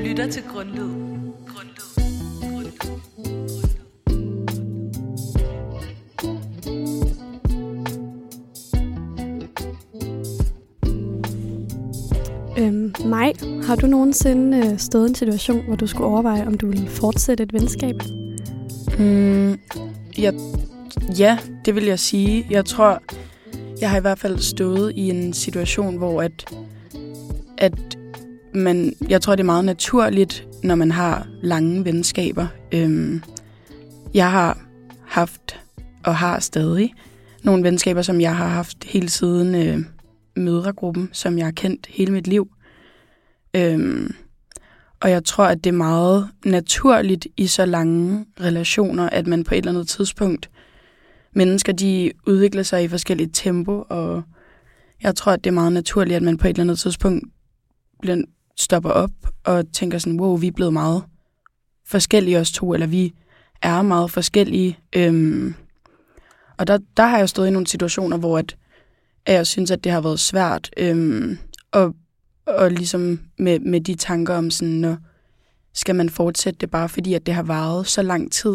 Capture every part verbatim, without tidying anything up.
lytter til Grundlyd. Grundlyd. Øhm, Maj, har du nogensinde øh, stået i en situation, hvor du skulle overveje, om du ville fortsætte et venskab? Mm, ja, ja, det vil jeg sige. Jeg tror, jeg har i hvert fald stået i en situation, hvor at, at man, jeg tror, det er meget naturligt, når man har lange venskaber. Øhm, jeg har haft og har stadig nogle venskaber, som jeg har haft hele siden øh, mødregruppen, som jeg har kendt hele mit liv. Øhm, og jeg tror, at det er meget naturligt i så lange relationer, at man på et eller andet tidspunkt, mennesker de udvikler sig i forskellige tempo, og jeg tror, at det er meget naturligt, at man på et eller andet tidspunkt bliver, stopper op og tænker sådan, wow, vi er blevet meget forskellige os to, eller vi er meget forskellige. Øhm, og der, der har jeg stået i nogle situationer, hvor at, at jeg synes, at det har været svært, øhm, og, og ligesom med, med de tanker om sådan, når skal man fortsætte det bare fordi, at det har varet så lang tid,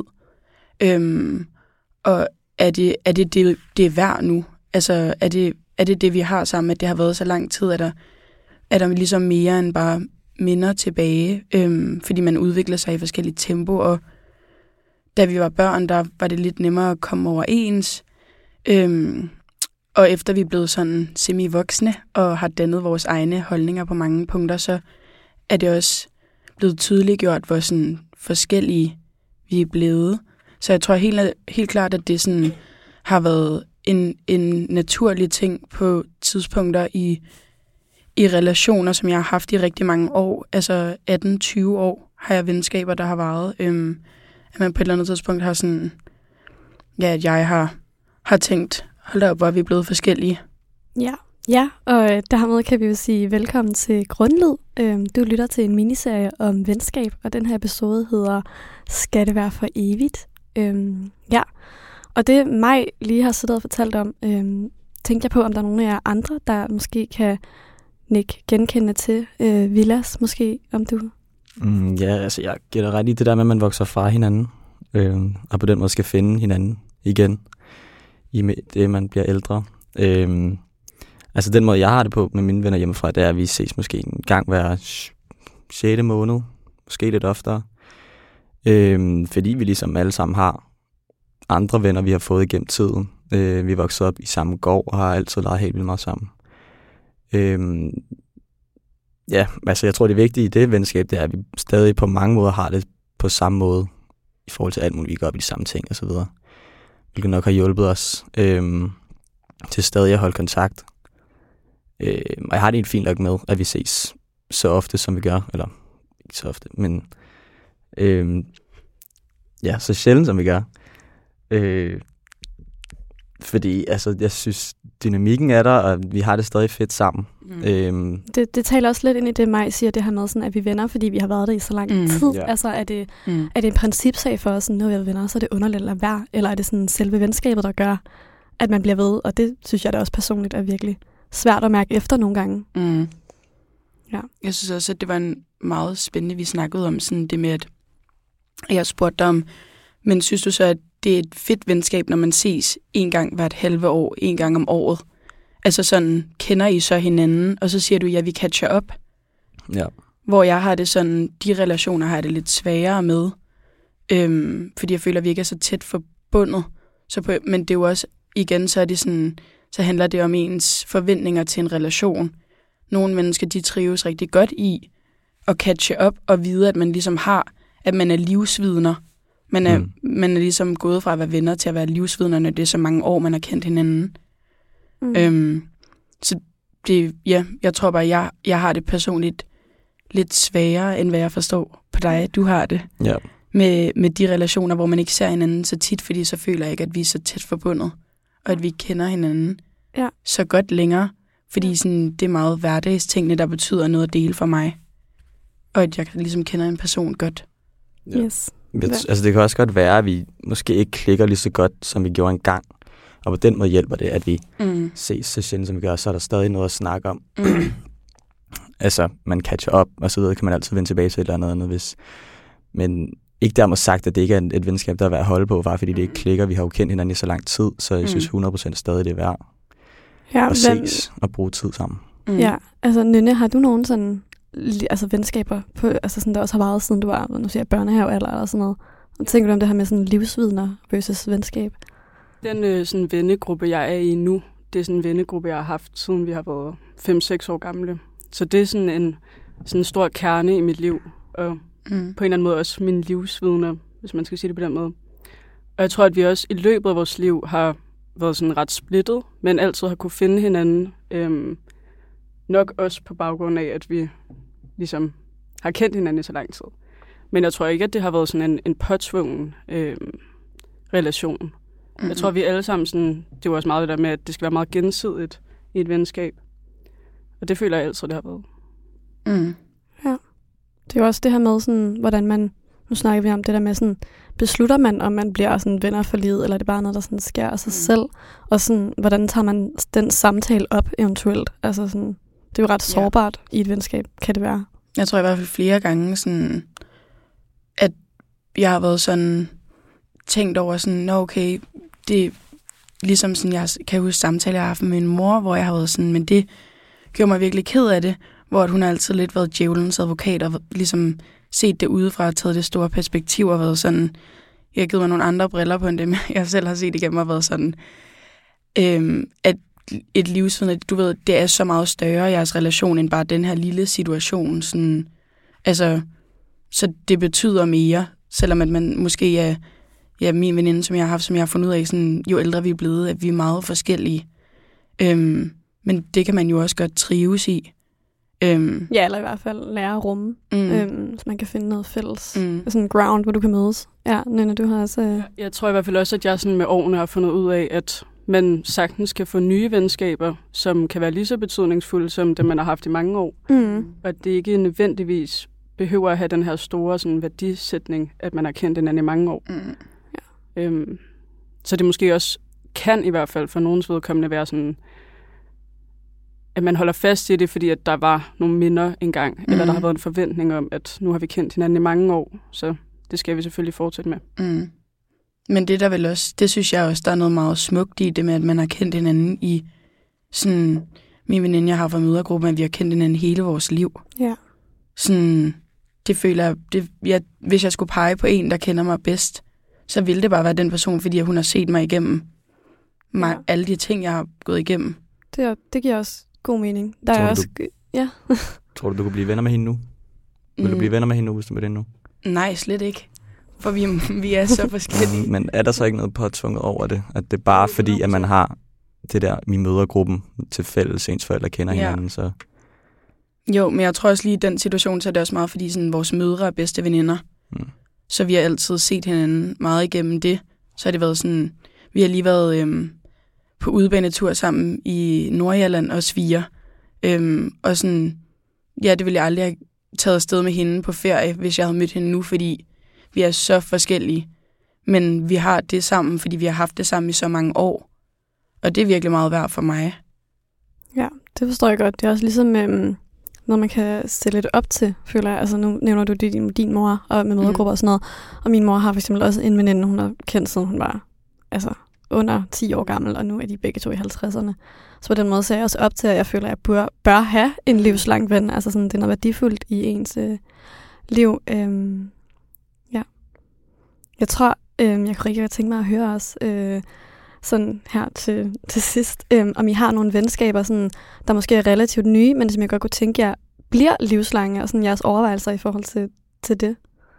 øhm, og er det er det, det, det er værd nu? Altså, er det, er det det, vi har sammen, at det har været så lang tid? Er der, er der ligesom mere end bare minder tilbage? Øhm, fordi man udvikler sig i forskellige tempo, og da vi var børn, der var det lidt nemmere at komme overens. Øhm, og efter vi er blevet sådan semi-voksne og har dannet vores egne holdninger på mange punkter, så er det også blevet tydeligt gjort, hvor sådan forskellige vi er blevet. Så jeg tror helt, helt klart, at det sådan har været en, en naturlig ting på tidspunkter i, i relationer, som jeg har haft i rigtig mange år. Altså atten tyve år har jeg venskaber, der har varet. Øhm, at man på et eller andet tidspunkt har sådan, ja, at jeg har, har tænkt, hold da op, hvor er vi blevet forskellige. Ja, ja, og dermed kan vi jo sige velkommen til Grundlyd. Øhm, du lytter til en miniserie om venskab, og den her episode hedder Skal det være for evigt? Øhm, ja, og det mig lige har siddet og fortalt om, øhm, tænkte jeg på, om der er nogle af jer andre, der måske kan nikke genkende til. Øh, Vilas, måske, om du... Mm, ja, altså jeg giver dig ret i det der med, at man vokser fra hinanden, øh, og på den måde skal finde hinanden igen, i det, man bliver ældre. Øh, altså den måde, jeg har det på med mine venner hjemmefra, det er, at vi ses måske en gang hver sjette måned, måske lidt oftere. Øh, fordi vi ligesom alle sammen har andre venner, vi har fået igennem tiden. Øh, vi er vokset op i samme gård og har altid leget helt vildt meget sammen. Øh, ja, altså jeg tror, det vigtige i det venskab, det er, at vi stadig på mange måder har det på samme måde, i forhold til alt muligt, vi går op i de samme ting og så videre. Hvilket nok har hjulpet os øh, til stadig at holde kontakt. Øh, og jeg har det helt fint nok med, at vi ses så ofte, som vi gør. Eller ikke så ofte, men øh, ja, så sjældent, som vi gør. Øh, fordi altså, jeg synes, dynamikken er der, og vi har det stadig fedt sammen. Mm. Øhm. Det, det taler også lidt ind i det, Maj siger, det her med, sådan, at vi venner, fordi vi har været der i så lang mm. tid. Yeah. Altså, er det, mm. er det en principsag for os, når vi er venner, så er det underligt at lade være? Eller er det sådan selve venskabet, der gør, at man bliver ved? Og det synes jeg da også personligt er virkelig svært at mærke efter nogle gange. Mm. Ja. Jeg synes også, at det var en meget spændende, vi snakkede om sådan det med, at jeg spurgte dig om, men synes du så, at det er et fedt venskab, når man ses en gang hvert halve år, en gang om året? Altså sådan, kender I så hinanden, og så siger du, ja, vi catcher op. Ja. Hvor jeg har det sådan, de relationer har jeg det lidt sværere med, øhm, fordi jeg føler, at vi ikke er så tæt forbundet. Så på, men det er jo også, igen, så er det sådan, så handler det om ens forventninger til en relation. Nogle mennesker, de trives rigtig godt i at catche op og vide, at man ligesom har, at man er livsvidner. Man er, mm. man er ligesom gået fra at være venner til at være livsvidner, når det er så mange år, man har kendt hinanden. Mm. Øhm, så det, ja, jeg tror bare, jeg, jeg har det personligt lidt sværere, end hvad jeg forstår på dig. Du har det ja. med, med de relationer, hvor man ikke ser hinanden så tit, fordi så føler jeg ikke, at vi er så tæt forbundet, og at vi kender hinanden ja. så godt længere. Fordi sådan, det er meget hverdagstingene, der betyder noget at dele for mig. Og at jeg ligesom kender en person godt. Ja. Yes. Altså det kan også godt være, at vi måske ikke klikker lige så godt, som vi gjorde engang. Og på den måde hjælper det, at vi mm. ses så sjældent, som vi gør, så er der stadig noget at snakke om. Mm. altså, man catcher op, og så videre kan man altid vende tilbage til et eller andet andet, hvis... Men ikke dermed sagt, at det ikke er et venskab, der er værd at holde på, bare fordi det ikke klikker. Vi har jo kendt hinanden i så lang tid, så jeg mm. synes hundrede procent stadig, det er værd ja, at ses og bruge tid sammen. Mm. Ja, altså Nynne, har du nogen sådan, altså venskaber, på, altså sådan, der også har varet siden du var, nu siger jeg børnehavealder eller sådan noget? Og tænker du om det her med sådan livsvidner versus venskab? Den øh, sådan vennegruppe, jeg er i nu, det er sådan en vennegruppe, jeg har haft, siden vi har været fem seks år gamle. Så det er sådan en, sådan en stor kerne i mit liv, og mm. på en eller anden måde også mine livsvidner, hvis man skal sige det på den måde. Og jeg tror, at vi også i løbet af vores liv har været sådan ret splittet, men altid har kunne finde hinanden. Øhm, nok også på baggrund af, at vi ligesom har kendt hinanden i så lang tid. Men jeg tror ikke, at det har været sådan en, en påtvungen øhm, relation. Mm-hmm. Jeg tror, vi alle sammen sådan, det var også meget det der med, at det skal være meget gensidigt i et venskab. Og det føler jeg altid, det har været. Mm. Ja. Det er jo også det her med, sådan, hvordan man, nu snakker vi om det der med, sådan, beslutter man, om man bliver sådan venner for livet, eller er det bare noget, der sådan sker af sig mm. selv? Og sådan, hvordan tager man den samtale op eventuelt? Altså sådan, det er jo ret sårbart ja. I et venskab, kan det være. Jeg tror i hvert fald flere gange, sådan, at jeg har været sådan tænkt over sådan, nå okay, det er ligesom sådan, jeg kan huske samtaler, jeg har haft med min mor, hvor jeg har været sådan, men det gjorde mig virkelig ked af det, hvor hun har altid lidt været djævelens advokat, og ligesom set det udefra, og taget det store perspektiv, og været sådan, jeg har givet mig nogle andre briller på, end dem, jeg selv har set igennem, og været sådan, øhm, at et livsvidne, du ved, det er så meget større, jeres relation, end bare den her lille situation, sådan, altså, så det betyder mere, selvom at man måske er, ja, min veninde, som jeg har haft, som jeg har fundet ud af, sådan, jo ældre vi er blevet, at vi er meget forskellige. Øhm, men det kan man jo også godt trives i. Øhm. Ja, eller i hvert fald lære at rumme, mm. øhm, så man kan finde noget fælles. Mm. Sådan en ground, hvor du kan mødes. Ja, Nynne, du har også... Øh... Jeg tror i hvert fald også, at jeg sådan med årene har fundet ud af, at man sagtens kan få nye venskaber, som kan være lige så betydningsfulde, som dem, man har haft i mange år. Mm. Og at det ikke nødvendigvis behøver at have den her store sådan, værdisætning, at man har kendt hinanden i mange år. Mm. Ja. Øhm, så det måske også kan i hvert fald for nogens vedkommende være sådan, at man holder fast i det, fordi at der var nogle minder engang, mm. eller der har været en forventning om, at nu har vi kendt hinanden i mange år, så det skal vi selvfølgelig fortsætte med. Mm. Men det der vel også, det synes jeg også, der er noget meget smukt i det med, at man har kendt hinanden i sådan, min veninde, jeg har fra mødergruppen, at vi har kendt hinanden hele vores liv. Ja. Sådan, det føler jeg, det, jeg, hvis jeg skulle pege på en, der kender mig bedst, så ville det bare være den person, fordi hun har set mig igennem mig, ja. Alle de ting, jeg har gået igennem. Det, er, det giver også god mening. Der er også, du, ja. Tror du, du kunne blive venner med hende nu? Vil mm. du blive venner med hende nu, hvis du vil det nu? Nej, slet ikke. For vi, vi er så forskellige. Men er der så ikke noget påtvunget over det? At det er bare fordi, at man har det der, vi møder gruppen til fælles, ens forældre kender ja. hinanden, så... Jo, men jeg tror også lige i den situation, så er det også meget, fordi sådan, vores mødre er bedste veninder. Mm. Så vi har altid set hinanden meget igennem det. Så har det været sådan... Vi har lige været øhm, på udebanetur sammen i Nordjylland og Sviger. Øhm, og sådan... Ja, det ville jeg aldrig have taget afsted med hende på ferie, hvis jeg havde mødt hende nu, fordi vi er så forskellige. Men vi har det sammen, fordi vi har haft det sammen i så mange år. Og det er virkelig meget værd for mig. Ja, det forstår jeg godt. Det er også ligesom... Øhm når man kan sætte lidt op til, føler jeg. Altså nu nævner du din, din mor og med mødergrupper mm. og sådan noget. Og min mor har for eksempel også en veninde, hun har kendt siden hun var altså, under ti år gammel, og nu er de begge to i halvtredserne. Så på den måde ser jeg også op til, at jeg føler, at jeg bør, bør have en livslang ven. Altså sådan, det er noget værdifuldt i ens øh, liv. Øhm, ja. Jeg tror, øh, jeg kunne rigtig tænke mig at høre os øh, sådan her til, til sidst, øhm, om I har nogle venskaber, sådan, der måske er relativt nye, men som jeg godt kunne tænke jer, bliver livslange, og sådan jeres overvejelser i forhold til, til det?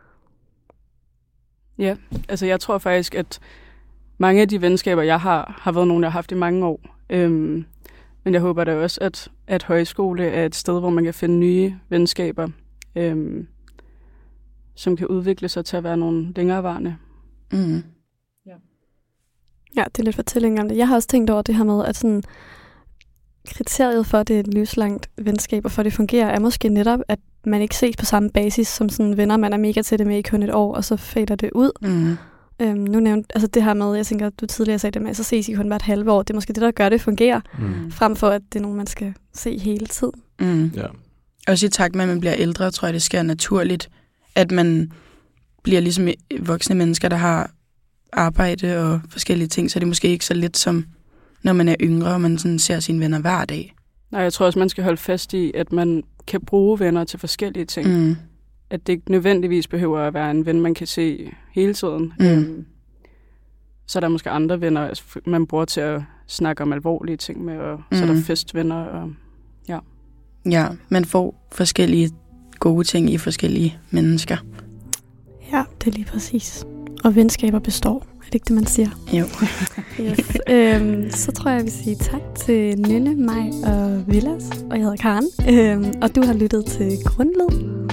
Ja, altså jeg tror faktisk, at mange af de venskaber, jeg har, har været nogle, jeg har haft i mange år. Øhm, men jeg håber da også, at, at højskole er et sted, hvor man kan finde nye venskaber, øhm, som kan udvikle sig til at være nogle længerevarende. Mm. Ja, det er lidt fortælling om det. Jeg har også tænkt over det her med, at sådan, kriteriet for, at det er et livslangt venskab, og for at det fungerer, er måske netop, at man ikke ses på samme basis som sådan venner, man er mega tætte med i kun et år, og så fader det ud. Mm. Øhm, nu nævnte, altså det her med, jeg tænker, du tidligere sagde det med, så ses I kun hvert halve år. Det er måske det, der gør det fungere, mm. frem for, at det er nogen, man skal se hele tiden. Mm. Ja. også i takt med, at man bliver ældre, tror jeg, det sker naturligt, at man bliver ligesom voksne mennesker, der har arbejde og forskellige ting, så er det måske ikke så lidt som, når man er yngre, og man sådan ser sine venner hver dag. Nej, jeg tror også, man skal holde fast i, at man kan bruge venner til forskellige ting. Mm. At det ikke nødvendigvis behøver at være en ven, man kan se hele tiden. Mm. Øhm, så er der måske andre venner, man bruger til at snakke om alvorlige ting med, og mm. så er der festvenner. Og, ja. ja, man får forskellige gode ting i forskellige mennesker. Ja, det er lige præcis. Og venskaber består. Er det ikke det, man siger? Jo. Yes. øhm, så tror jeg, jeg vil sige tak til Nynne, mig og Vilas. Og jeg hedder Karen. Øhm, og du har lyttet til Grundlyd.